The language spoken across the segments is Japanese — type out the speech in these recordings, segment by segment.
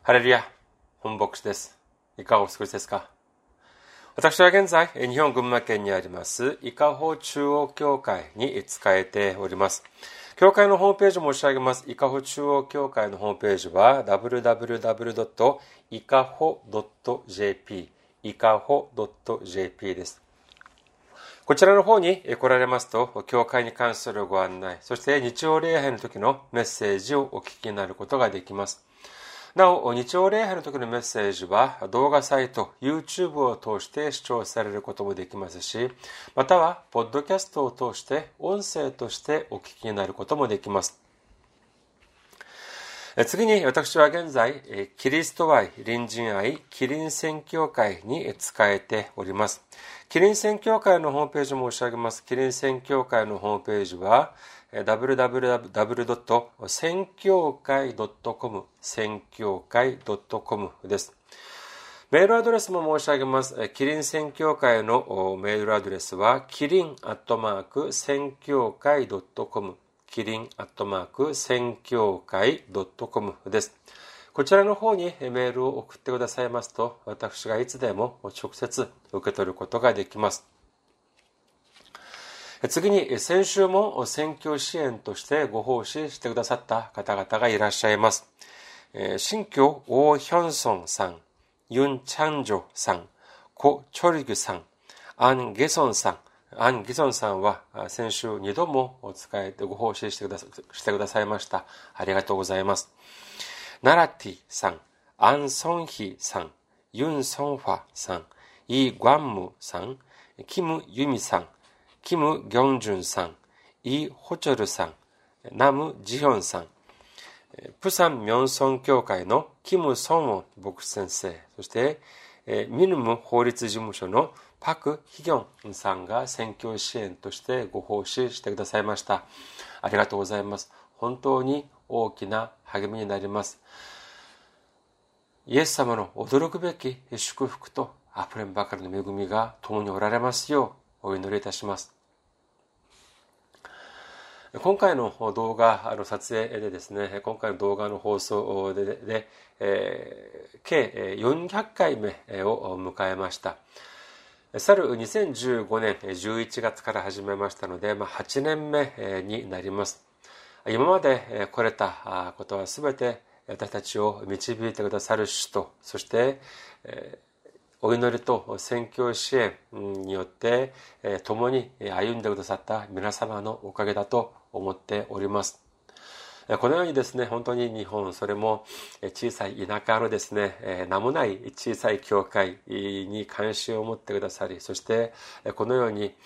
ハレルヤ、本牧師です。いかがお過ごしですか？私は現在、日本群馬県にあります、伊香保中央教会に仕えております。教会のホームページを申し上げます。伊香保中央教会のホームページは www.ikaho.jp いかほ .jp です。こちらの方に来られますと、教会に関するご案内、そして日曜礼拝の時のメッセージをお聞きになることができます。なお、日曜礼拝の時のメッセージは動画サイト、YouTube を通して視聴されることもできますし、または、ポッドキャストを通して音声としてお聞きになることもできます。次に、私は現在、キリスト愛、隣人愛、キリン宣教会に仕えております。キリン宣教会のホームページを申し上げます。キリン宣教会のホームページは、www. 宣教会 .com 宣教会 .com です。メールアドレスも申し上げます。キリン宣教会のメールアドレスは、キリン@宣教会 .com キリン@宣教会 .com です。こちらの方にメールを送ってくださいますと、私がいつでも直接受け取ることができます。次に、先週も宣教支援としてご奉仕してくださった方々がいらっしゃいます。新教オーヒョンソンさん、ユン・チャンジョさん、コ・チョルギュさん、アン・ゲソンさん。アン・ギソンさんは先週2度もお使いでご奉仕してくださいました。ありがとうございます。ナラティさん、アン・ソンヒさん、ユン・ソンファさん、イ・グァンムさん、キム・ユミさん、キム・ギョンジュンさん、イ・ホチョルさん、ナム・ジヒョンさん、プサン・ミョンソン教会のキム・ソンウォン牧師先生、そしてミヌム法律事務所のパク・ヒギョンさんが宣教支援としてご奉仕してくださいました。ありがとうございます。本当に大きな励みになります。イエス様の驚くべき祝福と溢れんばかりの恵みが共におられますようお祈りいたします。今回の動画の撮影でですね、今回の動画の放送で、計400回目を迎えました。去る2015年11月から始めましたので、8年目になります。今まで来れたことはすべて私たちを導いてくださる主と、そしてお祈りと宣教支援によって共に歩んでくださった皆様のおかげだと思っております。このようにですね、本当に日本、それも小さい田舎のですね、名もない小さい教会に関心を持ってくださり、そしてこのように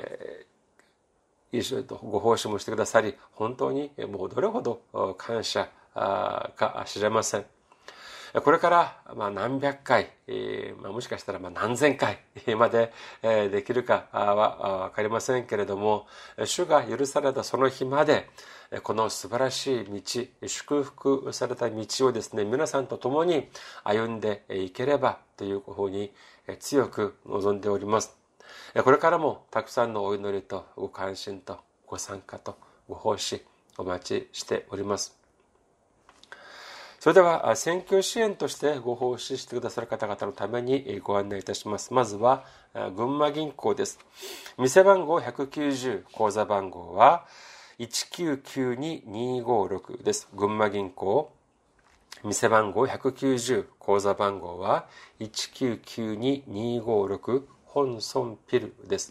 ご奉仕もしてくださり、本当にもうどれほど感謝か知れません。これから何百回、もしかしたら何千回までできるかはわかりませんけれども、主が許されたその日まで、この素晴らしい道、祝福された道をですね、皆さんと共に歩んでいければというふうに強く望んでおります。これからもたくさんのお祈りとご関心とご参加とご奉仕お待ちしております。それでは宣教支援としてご奉仕してくださる方々のためにご案内いたします。まずは群馬銀行です。店番号190、口座番号は1992256です。群馬銀行店番号190、口座番号は1992256本村ピルです。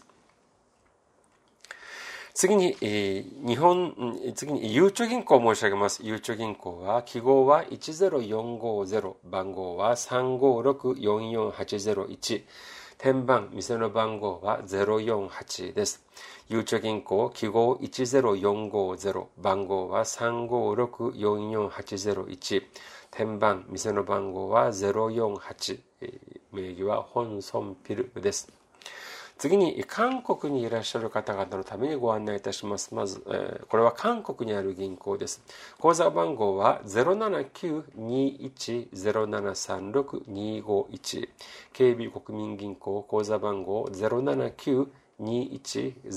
次に、ゆうちょ銀行を申し上げます。ゆうちょ銀行は、記号は10450、番号は356-44801、天番、店の番号は048です。ゆうちょ銀行、記号10450、番号は356-44801、天番、店の番号は048、名義は本村ピルです。次に韓国にいらっしゃる方々のためにご案内いたします。まず、これは韓国にある銀行です。口座番号は 079-21-0736-251 KB 国民銀行口座番号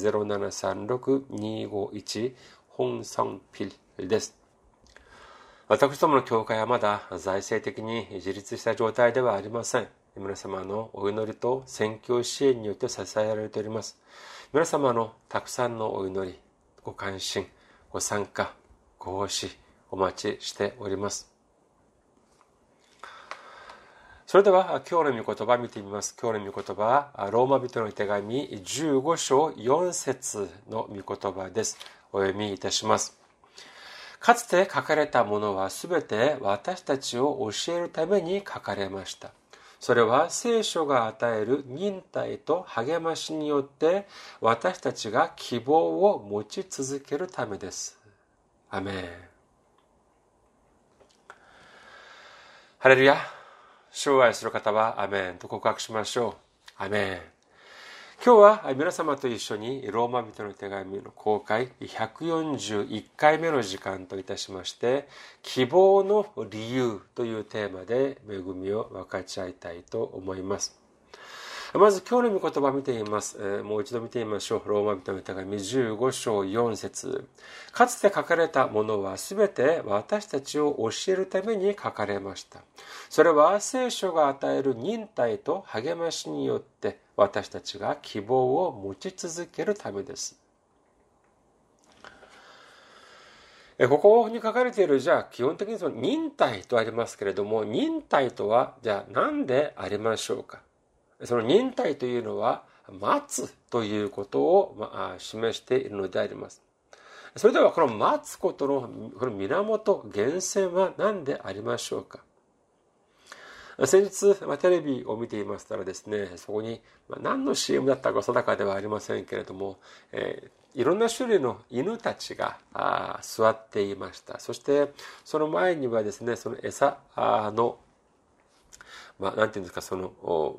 079-21-0736-251 本村ピルです。 私どもの教会はまだ財政的に自立した状態ではありません。皆様のお祈りと宣教支援によって支えられております。皆様のたくさんのお祈り、ご関心、ご参加、ご奉仕、お待ちしております。それでは今日の御言葉を見てみます。今日の御言葉はローマ人の手紙15章4節の御言葉です。お読みいたします。かつて書かれたものはすべて私たちを教えるために書かれました。それは聖書が与える忍耐と励ましによって私たちが希望を持ち続けるためです。アメン。ハレルヤ。主を愛する方はアメンと告白しましょう。アメン。今日は皆様と一緒にローマ人の手紙の公開141回目の時間といたしまして、希望の理由というテーマで恵みを分かち合いたいと思います。まず今日の御言葉を見てみます。もう一度見てみましょう。ローマ人の手紙15章4節。かつて書かれたものはすべて私たちを教えるために書かれました。それは聖書が与える忍耐と励ましによって私たちが希望を持ち続けるためです。ここに書かれている、じゃあ基本的にその忍耐とありますけれども、忍耐とはじゃあ何でありましょうか。その忍耐というのは待つということを示しているのであります。それではこの待つことのこの源、源泉は何でありましょうか。先日テレビを見ていましたらですね、そこに何の CM だったか定かではありませんけれども、いろんな種類の犬たちが座っていました。そしてその前にはですね、その餌のなんていうんですか、その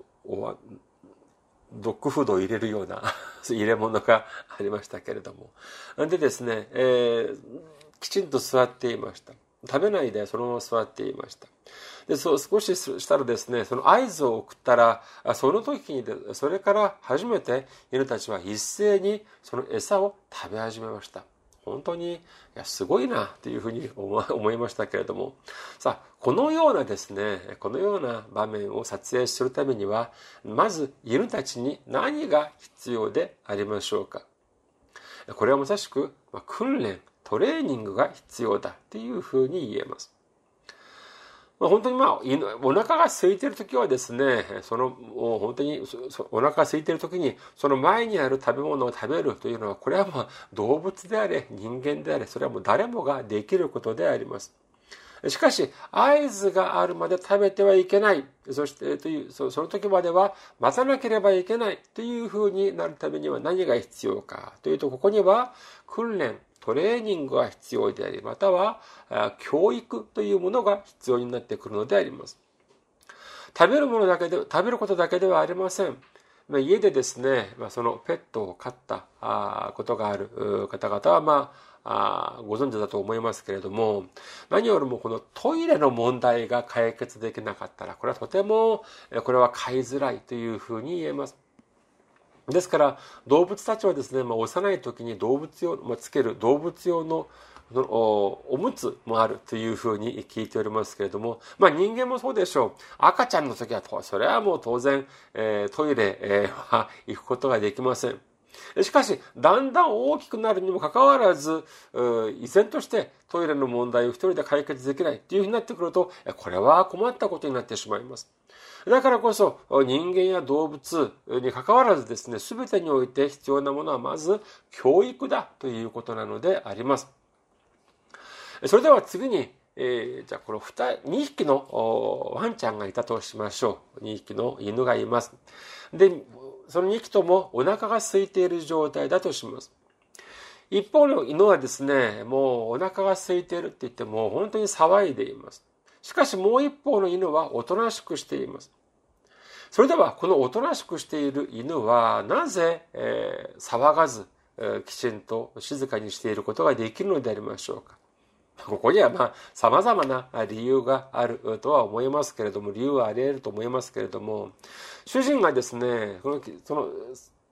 ドッグフードを入れるような入れ物がありましたけれども。でですね、きちんと座っていました。食べないでそのまま座っていました。で、少ししたらですね、その合図を送ったら、その時にそれから初めて犬たちは一斉にその餌を食べ始めました。本当にすごいなというふうに思いましたけれども、さあこのようなですね、このような場面を撮影するためには、まず犬たちに何が必要でありましょうか。これはまさしく訓練、トレーニングが必要だというふうに言えます。本当にお腹が空いているときはですね、もう本当にお腹が空いているときにその前にある食べ物を食べるというのは、これは動物であれ人間であれ、それはもう誰もができることであります。しかし合図があるまで食べてはいけない、そしてその時までは待たなければいけないというふうになるためには何が必要かというと、ここには訓練、トレーニングが必要であり、または教育というものが必要になってくるのであります。食べることだけではありません。家でですね、そのペットを飼ったことがある方々はご存知だと思いますけれども、何よりもこのトイレの問題が解決できなかったら、これはとてもこれは飼いづらいというふうに言えます。ですから動物たちはですね、幼い時に動物用つける動物用のおむつもあるというふうに聞いておりますけれども、人間もそうでしょう。赤ちゃんの時はそれはもう当然、トイレは行くことができません。しかしだんだん大きくなるにもかかわらず、依然としてトイレの問題を一人で解決できないというふうになってくると、これは困ったことになってしまいます。だからこそ人間や動物にかかわらずですね、全てにおいて必要なものはまず教育だということなのであります。それでは次に、じゃあこの2匹のワンちゃんがいたとしましょう。2匹の犬がいます。で、その2匹ともお腹が空いている状態だとします。一方の犬はですね、もうお腹が空いているって言っても本当に騒いでいます。しかしもう一方の犬はおとなしくしています。それではこのおとなしくしている犬はなぜ、騒がず、きちんと静かにしていることができるのでありましょうか。ここには様々な理由があるとは思いますけれども、理由はあり得ると思いますけれども、主人がですね、その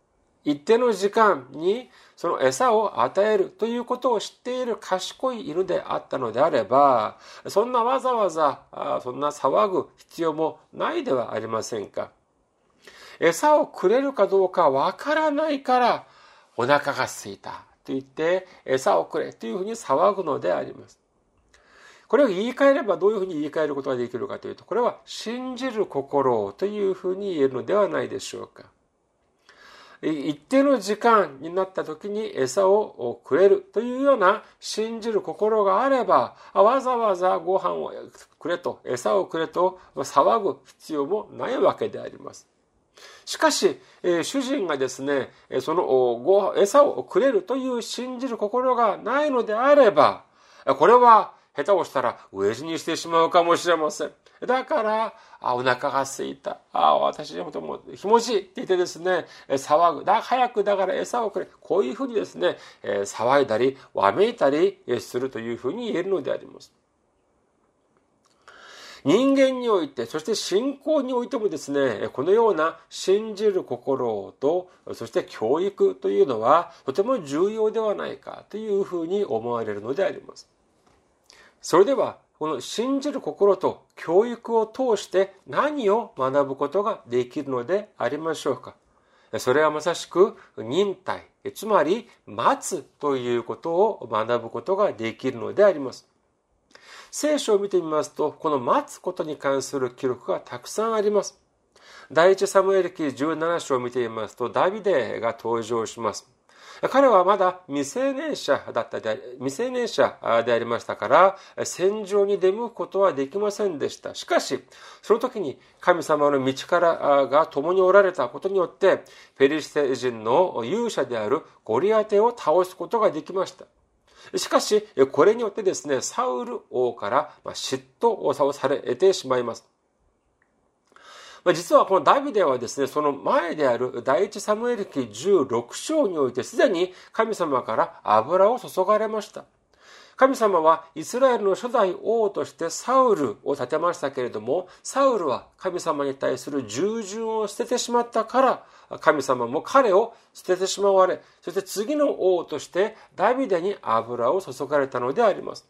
一定の時間にその餌を与えるということを知っている賢い犬であったのであれば、そんなわざわざそんな騒ぐ必要もないではありませんか。餌をくれるかどうかわからないからお腹が空いたと言って餌をくれというふうに騒ぐのであります。これを言い換えればどういうふうに言い換えることができるかというと、これは信じる心というふうに言えるのではないでしょうか。一定の時間になった時に餌をくれるというような信じる心があれば、わざわざご飯をくれと、餌をくれと騒ぐ必要もないわけであります。しかし、主人がですね、その餌をくれるという信じる心がないのであれば、これは下手をしたら飢え死にしてしまうかもしれません。だから、お腹が空いた。私はもう気持ちいいって言ってですね、騒ぐ。早くだから餌をくれ。こういうふうにですね、騒いだり、わめいたりするというふうに言えるのであります。人間において、そして信仰においてもですね、このような信じる心と、そして教育というのはとても重要ではないかというふうに思われるのであります。それでは、この信じる心と教育を通して何を学ぶことができるのでありましょうか。それはまさしく忍耐、つまり待つということを学ぶことができるのであります。聖書を見てみますと、この待つことに関する記録がたくさんあります。第一サムエル記17章を見てみますと、ダビデが登場します。彼はまだ未成年者でありましたから、戦場に出向くことはできませんでした。しかし、その時に神様の道からが共におられたことによって、ペリシテ人の勇者であるゴリアテを倒すことができました。しかし、これによってですね、サウル王から嫉妬をされてしまいます。実はこのダビデはですね、その前である第一サムエル記16章においてすでに神様から油を注がれました。神様はイスラエルの初代王としてサウルを立てましたけれども、サウルは神様に対する従順を捨ててしまったから、神様も彼を捨ててしまわれ、そして次の王としてダビデに油を注がれたのであります。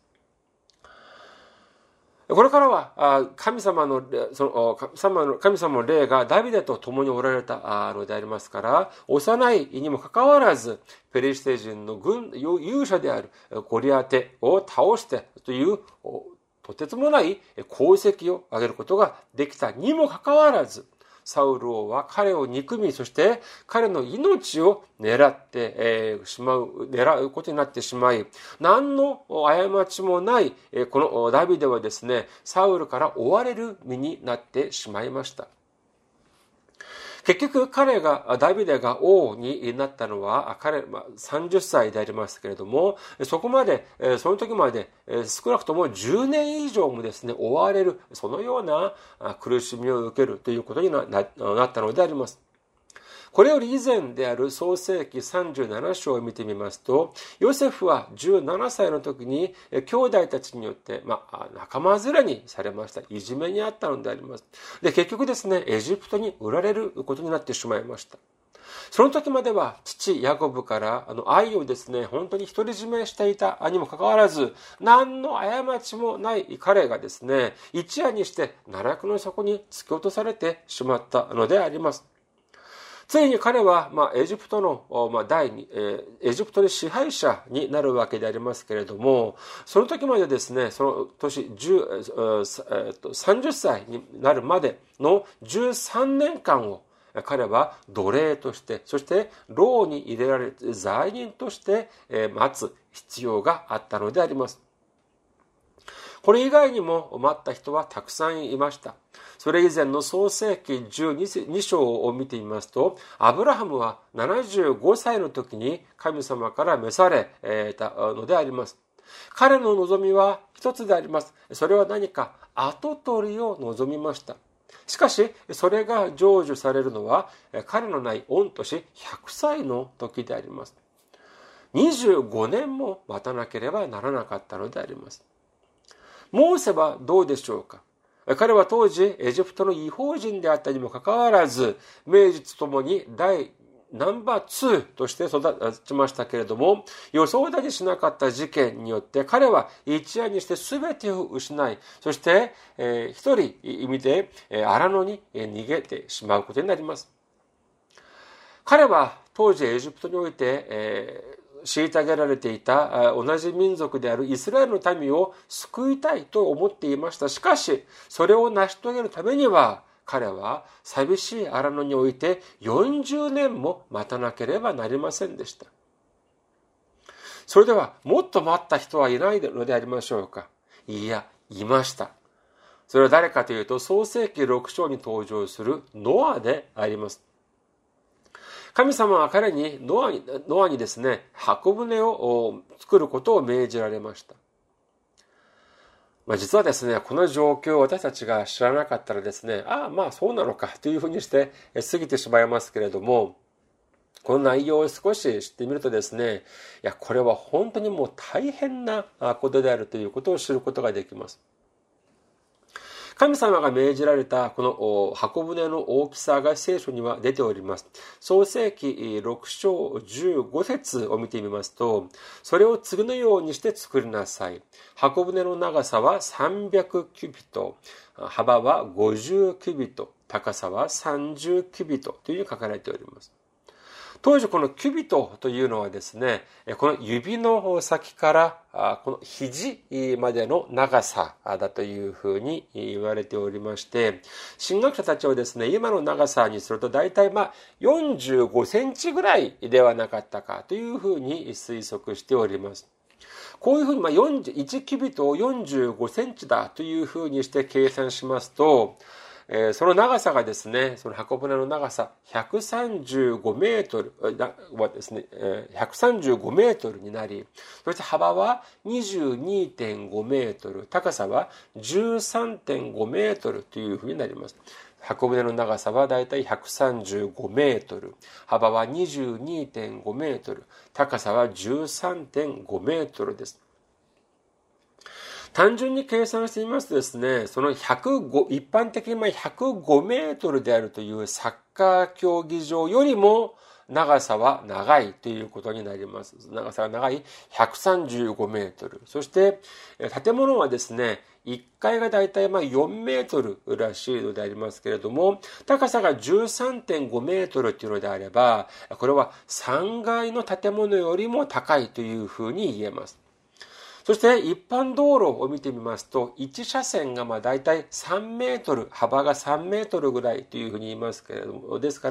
これからは神様の霊がダビデと共におられたのでありますから、幼いにもかかわらずペリシテ人の勇者であるゴリアテを倒してというとてつもない功績を上げることができたにもかかわらず、サウル王は彼を憎み、そして彼の命を狙うことになってしまい、何の過ちもないこのダビデはですね、サウルから追われる身になってしまいました。結局ダビデが王になったのは30歳でありますけれども、その時まで少なくとも10年以上もですね、追われる、そのような苦しみを受けるということになったのであります。これより以前である創世記37章を見てみますと、ヨセフは17歳の時に兄弟たちによって仲間連れにされました。いじめにあったのであります。で、結局ですね、エジプトに売られることになってしまいました。その時までは父ヤコブから愛をですね、本当に独り占めしていたにもかかわらず、何の過ちもない彼がですね、一夜にして奈落の底に突き落とされてしまったのであります。ついに彼は、エジプトで支配者になるわけでありますけれども、その時までですね、その年30歳になるまでの13年間を彼は奴隷として、そして牢に入れられて罪人として待つ必要があったのであります。これ以外にも待った人はたくさんいました。それ以前の創世記12章を見てみますと、アブラハムは75歳の時に神様から召されたのであります。彼の望みは一つであります。それは何か跡取りを望みました。しかし、それが成就されるのは彼のない御年100歳の時であります。25年も待たなければならなかったのであります。モーセはどうでしょうか。彼は当時エジプトの異邦人であったにもかかわらず、名実ともに第ナンバー2として育ちましたけれども、予想だにしなかった事件によって彼は一夜にして全てを失い、そして、一人意味で荒野に逃げてしまうことになります。彼は当時エジプトにおいて、虐げられていた同じ民族であるイスラエルの民を救いたいと思っていました。しかし、それを成し遂げるためには、彼は寂しい荒野において40年も待たなければなりませんでした。それでは、もっと待った人はいないのでありましょうか。いや、いました。それは誰かというと、創世記6章に登場するノアであります。神様は彼にノアにですね、箱舟を作ることを命じられました。実はですね、この状況を私たちが知らなかったらですね、そうなのかというふうにして過ぎてしまいますけれども、この内容を少し知ってみるとですね、これは本当にもう大変なことであるということを知ることができます。神様が命じられたこの箱舟の大きさが聖書には出ております。創世記6章15節を見てみますと、それを次のようにして作りなさい。箱舟の長さは300キュビット、幅は50キュビット、高さは30キュビットというふうに書かれております。当時このキュビトというのはですね、この指の先からこの肘までの長さだというふうに言われておりまして、神学者たちはですね、今の長さにすると大体45センチぐらいではなかったかというふうに推測しております。こういうふうに1キュビトを45センチだというふうにして計算しますと、その長さがですね、その箱舟の長さ135メートルはですね、135メートルになり、そして幅は 22.5 メートル、高さは 13.5 メートルというふうになります。箱舟の長さはだいたい135メートル、幅は 22.5 メートル、高さは 13.5 メートルです。単純に計算してみますとですね、その一般的に105メートルであるというサッカー競技場よりも長さは長いということになります。長さが長い135メートル。そして建物はですね、1階がだいたい4メートルらしいのでありますけれども、高さが 13.5 メートルというのであれば、これは3階の建物よりも高いというふうに言えます。そして一般道路を見てみますと、1車線がだいたい3メートル、幅が3メートルぐらいというふうに言いますけれども、ですから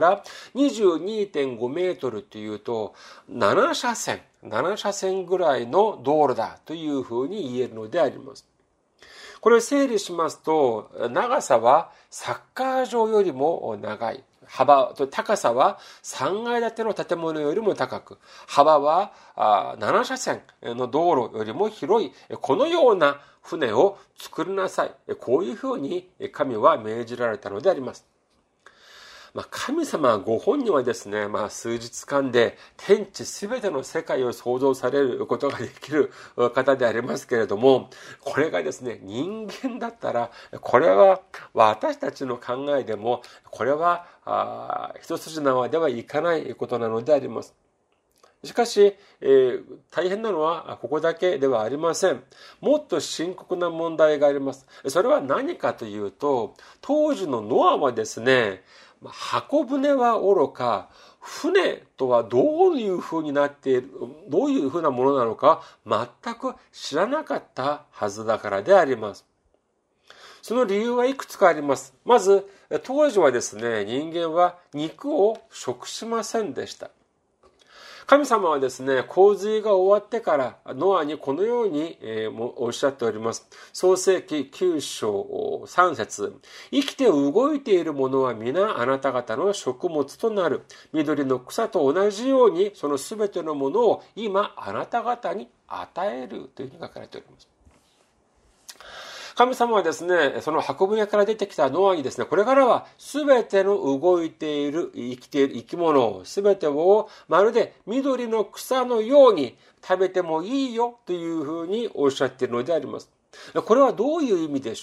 22.5 メートルというと7車線ぐらいの道路だというふうに言えるのであります。これを整理しますと、長さはサッカー場よりも長い。高さは3階建ての建物よりも高く、幅は7車線の道路よりも広い、このような船を作りなさい。こういうふうに神は命じられたのであります。神様ご本人はですね、数日間で天地すべての世界を創造されることができる方でありますけれども、これがですね、人間だったら、これは私たちの考えでも、これは一筋縄ではいかないことなのであります。しかし、大変なのはここだけではありません。もっと深刻な問題があります。それは何かというと、当時のノアはですね、箱舟は愚か、船とはどういうふうになっている、どういうふうなものなのか全く知らなかったはずだからであります。その理由はいくつかあります。まず、当時はですね、人間は肉を食しませんでした。神様はですね、洪水が終わってからノアにこのようにおっしゃっております。創世記9章3節、生きて動いているものは皆あなた方の食物となる。緑の草と同じようにそのすべてのものを今あなた方に与えるというふうに書かれております。神様はですね、その箱舟から出てきたノアにですね、これからは全ての動いている、生きている生き物を全てをまるで緑の草のように食べてもいいよというふうにおっしゃっているのであります。これはどういう意味でしょうか。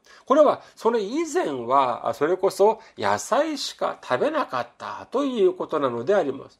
これは、それ以前は、それこそ野菜しか食べなかったということなのであります。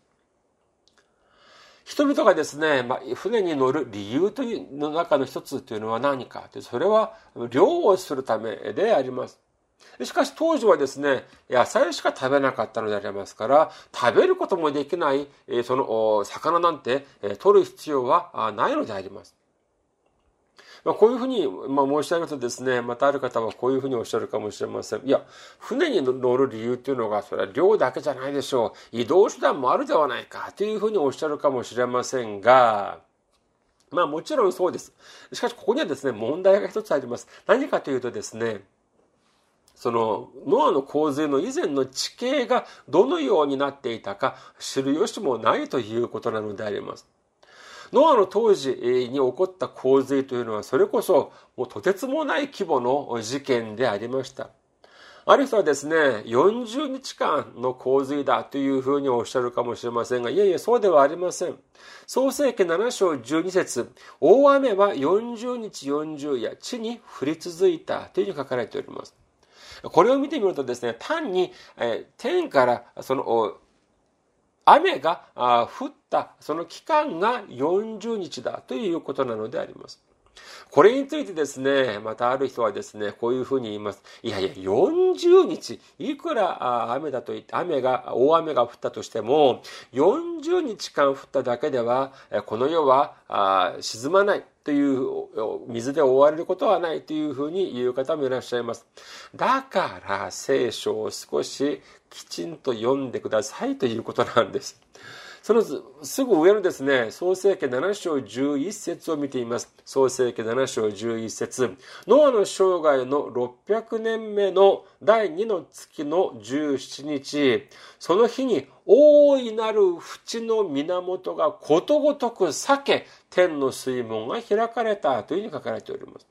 人々がですね、船に乗る理由というの中の一つというのは何か。それは、漁をするためであります。しかし当時はですね、野菜しか食べなかったのでありますから、食べることもできない、その魚なんて取る必要はないのであります。こういうふうに申し上げるとですね、またある方はこういうふうにおっしゃるかもしれません。いや、船に乗る理由っていうのが、それは漁だけじゃないでしょう。移動手段もあるではないか、というふうにおっしゃるかもしれませんが、もちろんそうです。しかしここにはですね、問題が一つあります。何かというとですね、そのノアの洪水の以前の地形がどのようになっていたか知る由もないということなのであります。ノアの当時に起こった洪水というのはそれこそもうとてつもない規模の事件でありました。ある人はですね、40日間の洪水だというふうにおっしゃるかもしれませんが、いえいえ、そうではありません。創世記7章12節、大雨は40日40夜、地に降り続いたというふうに書かれております。これを見てみるとですね、単に天からその雨が降ったその期間が40日だということなのであります。これについてですね、またある人はですね、こういうふうに言います。いやいや、40日、いくら雨だと言って、大雨が降ったとしても、40日間降っただけでは、この世は沈まないという、水で覆われることはないというふうに言う方もいらっしゃいます。だから聖書を少しきちんと読んでくださいということなんです。そのすぐ上のですね、創世記7章11節を見ています。創世記7章11節、ノアの生涯の600年目の第2の月の17日、その日に大いなる淵の源がことごとく裂け、天の水門が開かれたというふうに書かれております。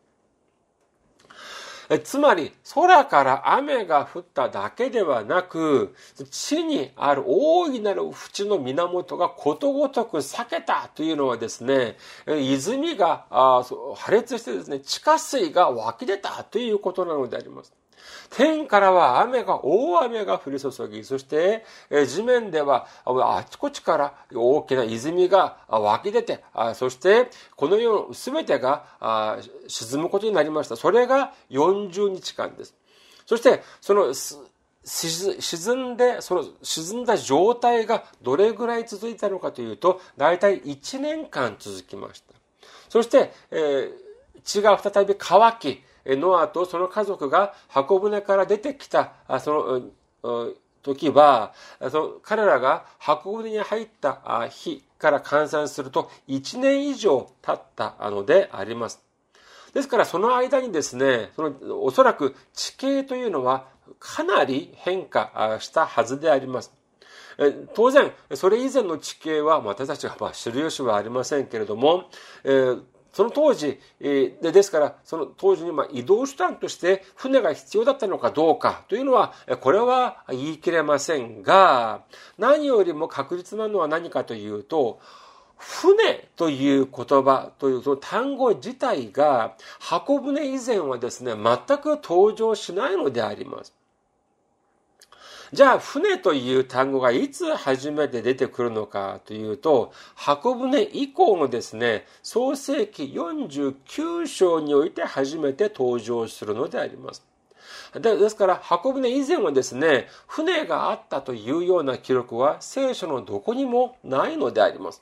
つまり空から雨が降っただけではなく、地にある大いなる淵の源がことごとく裂けたというのはですね、泉が破裂してですね、地下水が湧き出たということなのであります。天からは大雨が降り注ぎ、そして地面ではあちこちから大きな泉が湧き出て、そしてこの世の全てが沈むことになりました。それが40日間です。そしてその沈んだ状態がどれぐらい続いたのかというと、だいたい1年間続きました。そして、地が再び乾き、ノアとその家族が箱舟から出てきたその時は、彼らが箱舟に入った日から換算すると1年以上経ったのであります。ですからその間にですね、おそらく地形というのはかなり変化したはずであります。当然それ以前の地形は私たちが知る由はありませんけれども、その当時、ですから、その当時に移動手段として船が必要だったのかどうかというのは、これは言い切れませんが、何よりも確実なのは何かというと、船という言葉というその単語自体が、箱舟以前はですね、全く登場しないのであります。じゃあ船という単語がいつ初めて出てくるのかというと、箱舟以降のですね、創世記49章において初めて登場するのであります。ですから箱舟以前はですね、船があったというような記録は聖書のどこにもないのであります。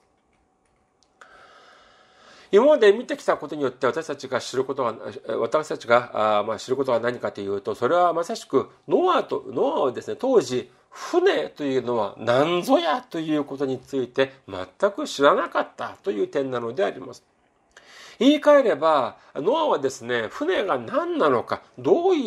今まで見てきたことによって私たちが知ることは何かというと、それはまさしくノアはですね、当時船というのは何ぞやということについて全く知らなかったという点なのであります。言い換えれば、ノアはですね、船が何なのか、どの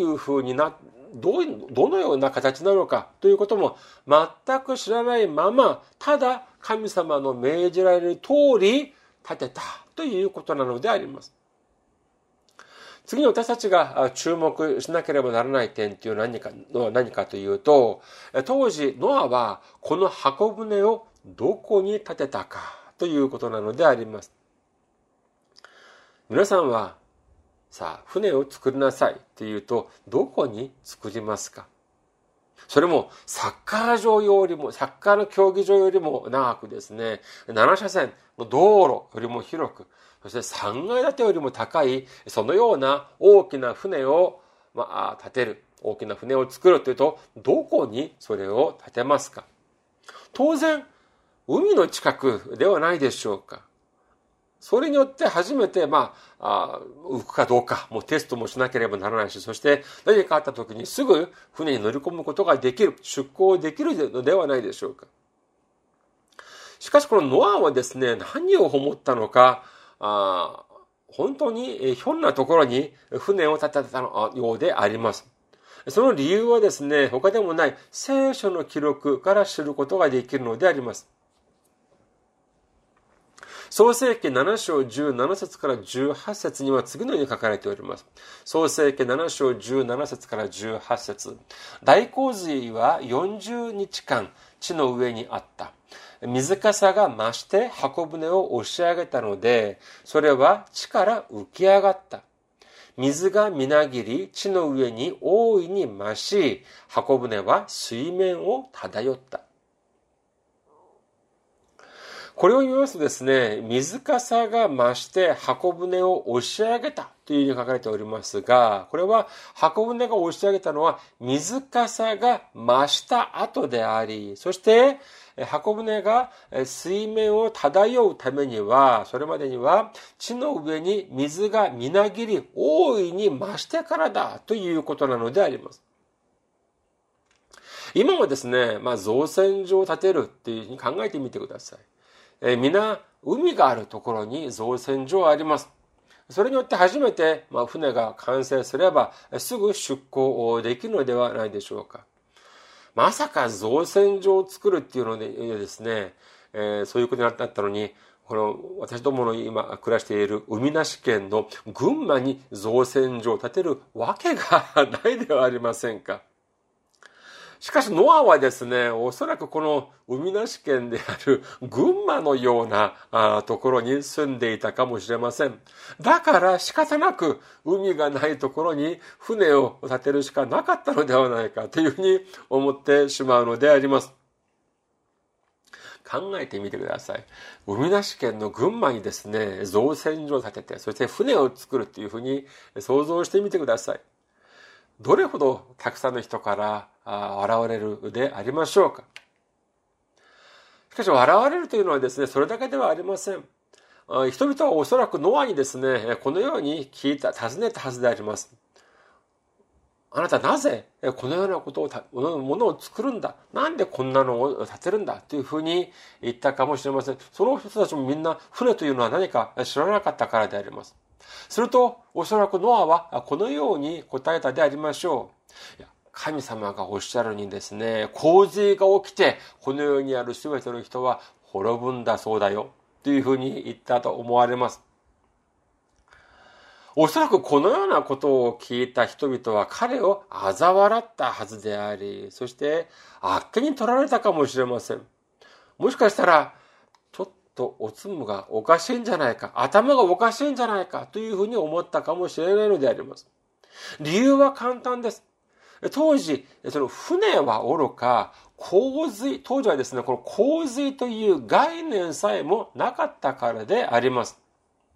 ような形なのかということも全く知らないまま、ただ神様の命じられる通り建てたということなのであります。次に私たちが注目しなければならない点というのは何かというと、当時ノアはこの箱舟をどこに建てたかということなのであります。皆さんはさあ、船を作りなさいっていうと、どこに作りますか？それもサッカー場よりも、サッカーの競技場よりも長くですね、7車線の道路よりも広く、そして3階建てよりも高い、そのような大きな船を、建てる、大きな船を作るというと、どこにそれを建てますか？当然、海の近くではないでしょうか。それによって初めて、浮くかどうか、もうテストもしなければならないし、そして何かあった時にすぐ船に乗り込むことができる、出港できるのではないでしょうか。しかしこのノアはですね、何を思ったのか、本当にひょんなところに船を建てたようであります。その理由はですね、他でもない聖書の記録から知ることができるのであります。創世記7章17節から18節には次のように書かれております。創世記7章17節から18節。大洪水は40日間地の上にあった。水かさが増して箱舟を押し上げたので、それは地から浮き上がった。水がみなぎり地の上に大いに増し、箱舟は水面を漂った。これを見ますとですね、水かさが増して箱舟を押し上げたというふうに書かれておりますが、これは箱舟が押し上げたのは水かさが増した後であり、そして箱舟が水面を漂うためには、それまでには地の上に水がみなぎり大いに増してからだということなのであります。今はですね、造船所を建てるっていうふうに考えてみてください。皆、海があるところに造船所があります。それによって初めて、船が完成すればすぐ出港できるのではないでしょうか。まさか造船所を作るっていうのでですね、そういうことになったのに、この私どもの今暮らしている海なし県の群馬に造船所を建てるわけがないではありませんか。しかしノアはですね、おそらくこの海なし県である群馬のようなところに住んでいたかもしれません。だから仕方なく海がないところに船を建てるしかなかったのではないかというふうに思ってしまうのであります。考えてみてください。海なし県の群馬にですね、造船所を建てて、そして船を作るというふうに想像してみてください。どれほどたくさんの人から笑われるでありましょうか。しかし笑われるというのはですね、それだけではありません。人々はおそらくノアにですね、このように尋ねたはずであります。あなたなぜこのようなものを作るんだ、なんでこんなのを建てるんだというふうに言ったかもしれません。その人たちもみんな船というのは何か知らなかったからであります。するとおそらくノアはこのように答えたでありましょう。神様がおっしゃるにですね、洪水が起きてこの世にあるすべての人は滅ぶんだそうだよというふうに言ったと思われます。おそらくこのようなことを聞いた人々は彼を嘲笑ったはずであり、そしてあっけに取られたかもしれません。もしかしたらちょっとおつむがおかしいんじゃないか、頭がおかしいんじゃないかというふうに思ったかもしれないのであります。理由は簡単です。当時、その船はおろか、洪水、当時はですね、この洪水という概念さえもなかったからであります。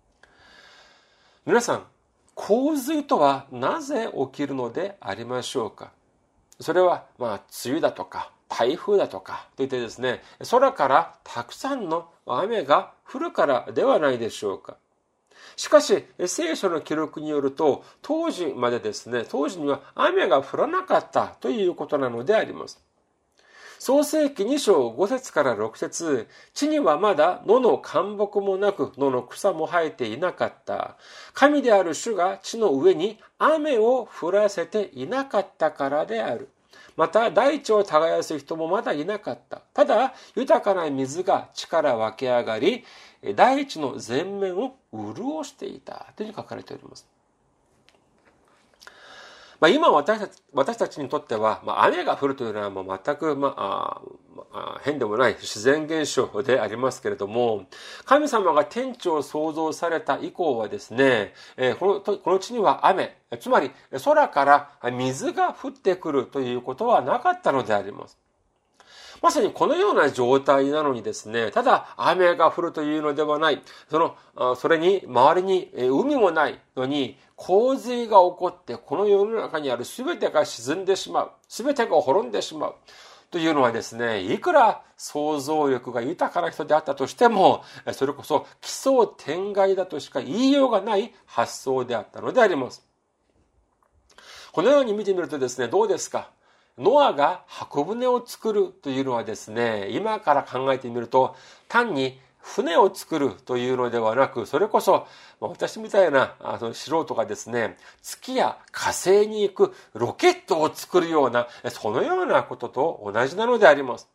皆さん、洪水とはなぜ起きるのでありましょうか。それは、梅雨だとか、台風だとかといってですね、空からたくさんの雨が降るからではないでしょうか。しかし、聖書の記録によると、当時には雨が降らなかったということなのであります。創世記2章5節から6節、地にはまだ野の灌木もなく、野の草も生えていなかった。神である主が地の上に雨を降らせていなかったからである。また大地を耕す人もまだいなかった。ただ豊かな水が地から湧き上がり、大地の全面を潤していたというふうに書かれております。 今私たちにとっては、雨が降るというのはもう全く、変でもない自然現象でありますけれども、神様が天地を創造された以降はですね、この地には雨、つまり空から水が降ってくるということはなかったのであります。まさにこのような状態なのにですね、ただ雨が降るというのではない。それに周りに海もないのに洪水が起こってこの世の中にある全てが沈んでしまう。全てが滅んでしまう。というのはですね、いくら想像力が豊かな人であったとしても、それこそ奇想天外だとしか言いようがない発想であったのであります。このように見てみるとですね、どうですか？ノアが箱舟を作るというのはですね、今から考えてみると、単に船を作るというのではなく、それこそ私みたいな素人がですね、月や火星に行くロケットを作るような、そのようなことと同じなのであります。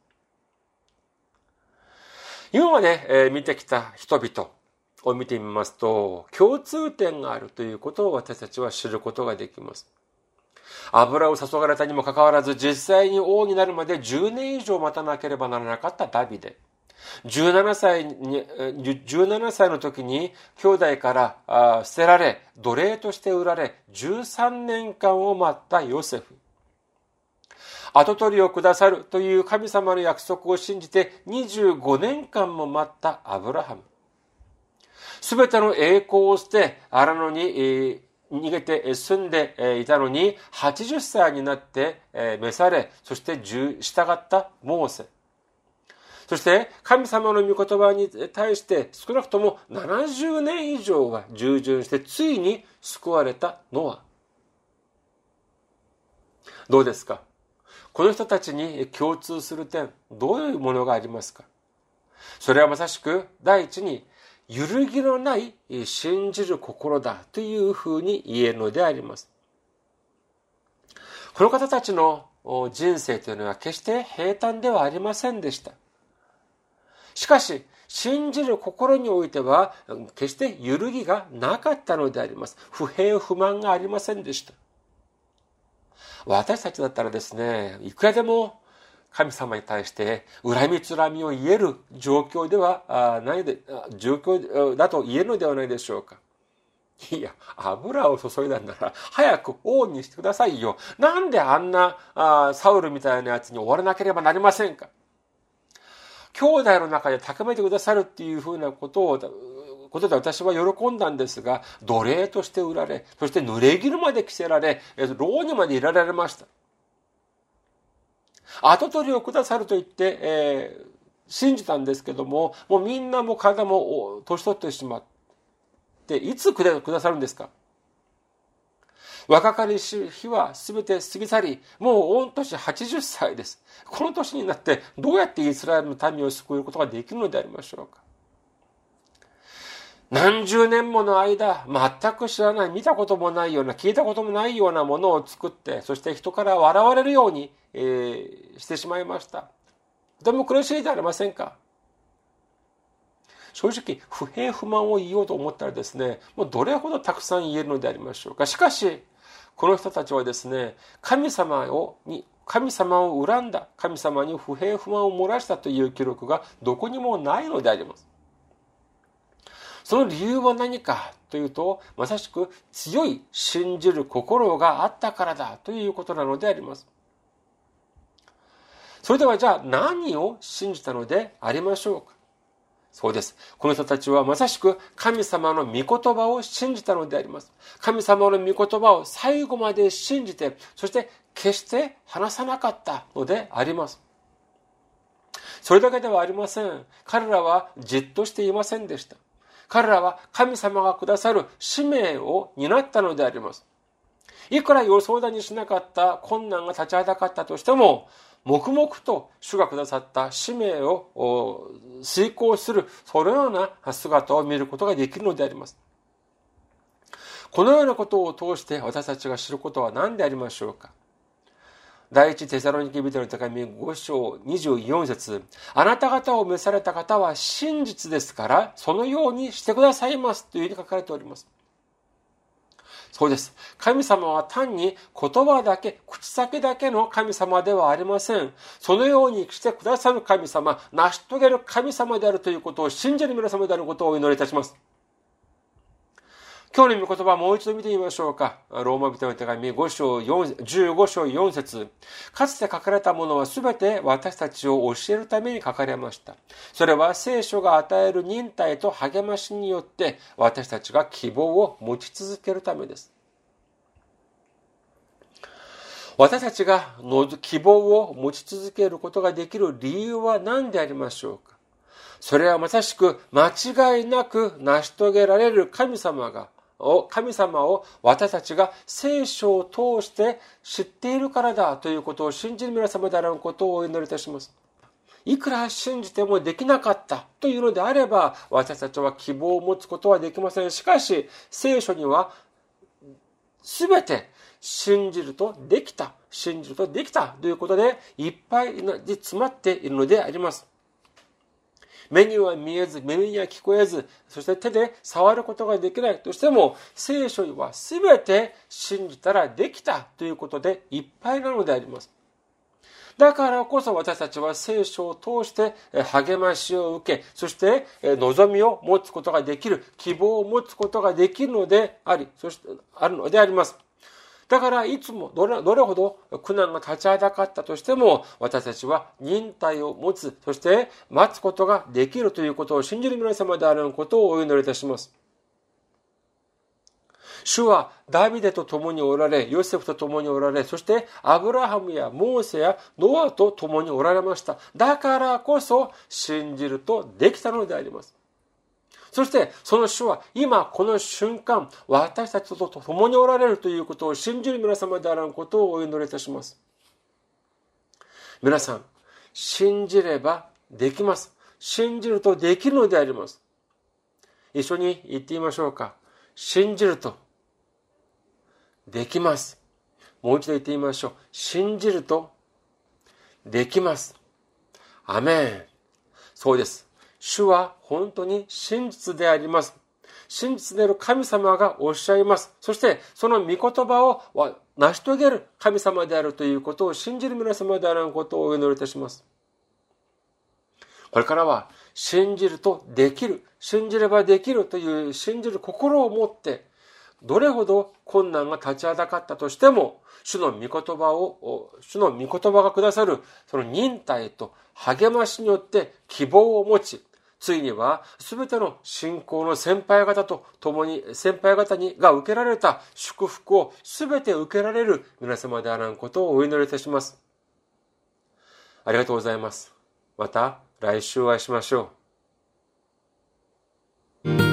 今まで見てきた人々を見てみますと、共通点があるということを私たちは知ることができます。油を注がれたにもかかわらず、実際に王になるまで10年以上待たなければならなかったダビデ。17歳の時に兄弟から捨てられ、奴隷として売られ、13年間を待ったヨセフ。跡取りをくださるという神様の約束を信じて25年間も待ったアブラハム。すべての栄光を捨て、荒野に逃げて住んでいたのに、80歳になって召され、そして従ったモーセ。そして神様の御言葉に対して少なくとも70年以上は従順して、ついに救われたノア。どうですか？この人たちに共通する点、どういうものがありますか？それはまさしく第一に、揺るぎのない信じる心だというふうに言えるのであります。この方たちの人生というのは決して平坦ではありませんでした。しかし、信じる心においては決して揺るぎがなかったのであります。不平不満がありませんでした。私たちだったらですね、いくらでも神様に対して恨みつらみを言える状況だと言えるのではないでしょうか。いや、油を注いだんなら早く王にしてくださいよ。なんであんなサウルみたいなやつに追われなければなりませんか。兄弟の中で高めてくださるっていうふうなことで私は喜んだんですが、奴隷として売られ、そして濡れ衣まで着せられ、牢にまで入れられました。跡取りをくださると言って、信じたんですけども、もうみんなも体も年取ってしまって、いつくださるんですか？若かりし日はすべて過ぎ去り、もう御年80歳です。この年になってどうやってイスラエルの民を救うことができるのでありましょうか？何十年もの間、全く知らない、見たこともないような、聞いたこともないようなものを作って、そして人から笑われるように、してしまいました。とても苦しいではありませんか？正直、不平不満を言おうと思ったらですね、もうどれほどたくさん言えるのでありましょうか。しかし、この人たちはですね、神様を恨んだ、神様に不平不満を漏らしたという記録がどこにもないのであります。その理由は何かというと、まさしく強い信じる心があったからだということなのであります。それではじゃあ何を信じたのでありましょうか。そうです。この人たちはまさしく神様の御言葉を信じたのであります。神様の御言葉を最後まで信じて、そして決して離さなかったのであります。それだけではありません。彼らはじっとしていませんでした。彼らは神様がくださる使命を担ったのであります。いくら予想だにしなかった困難が立ちはだかったとしても、黙々と主がくださった使命を遂行する、そのような姿を見ることができるのであります。このようなことを通して私たちが知ることは何でありましょうか。第一テサロニケ人の手紙5章24節、あなた方を召された方は真実ですから、そのようにしてくださいますというふうに書かれております。 そうです。神様は単に言葉だけ、口先だけの神様ではありません。そのようにしてくださる神様、成し遂げる神様であるということを信じる皆様であることをお祈りいたします。今日の御言葉をもう一度見てみましょうか。ローマ人の手紙15章4節。かつて書かれたものはすべて私たちを教えるために書かれました。それは聖書が与える忍耐と励ましによって私たちが希望を持ち続けるためです。私たちが希望を持ち続けることができる理由は何でありましょうか。それはまさしく間違いなく成し遂げられる神様を私たちが聖書を通して知っているからだということを信じる皆様であることをお祈りいたします。いくら信じてもできなかったというのであれば、私たちは希望を持つことはできません。しかし、聖書にはすべて信じるとできたということでいっぱいに詰まっているのであります。目には見えず、耳には聞こえず、そして手で触ることができないとしても、聖書にはすべて信じたらできたということでいっぱいなのであります。だからこそ私たちは聖書を通して励ましを受け、そして望みを持つことができる、希望を持つことができるのであるのであります。だからいつもどれほど苦難が立ちはだかったとしても、私たちは忍耐を持つ、そして待つことができるということを信じる皆様であることをお祈りいたします。主はダビデと共におられ、ヨセフと共におられ、そしてアブラハムやモーセやノアと共におられました。だからこそ信じるとできたのであります。そしてその主は今この瞬間、私たちと共におられるということを信じる皆様であることをお祈りいたします。皆さん、信じればできます。信じるとできるのであります。一緒に言ってみましょうか。信じるとできます。もう一度言ってみましょう。信じるとできます。アメン。そうです。主は本当に真実であります。真実である神様がおっしゃいます。そしてその御言葉を成し遂げる神様であるということを信じる皆様であることをお祈りいたします。これからは信じるとできる、信じればできるという信じる心を持って、どれほど困難が立ちはだかったとしても、主の御言葉がくださるその忍耐と励ましによって希望を持ち、ついにはすべての信仰の先輩方が受けられた祝福をすべて受けられる皆様であらんことをお祈りいたします。ありがとうございます。また来週お会いしましょう。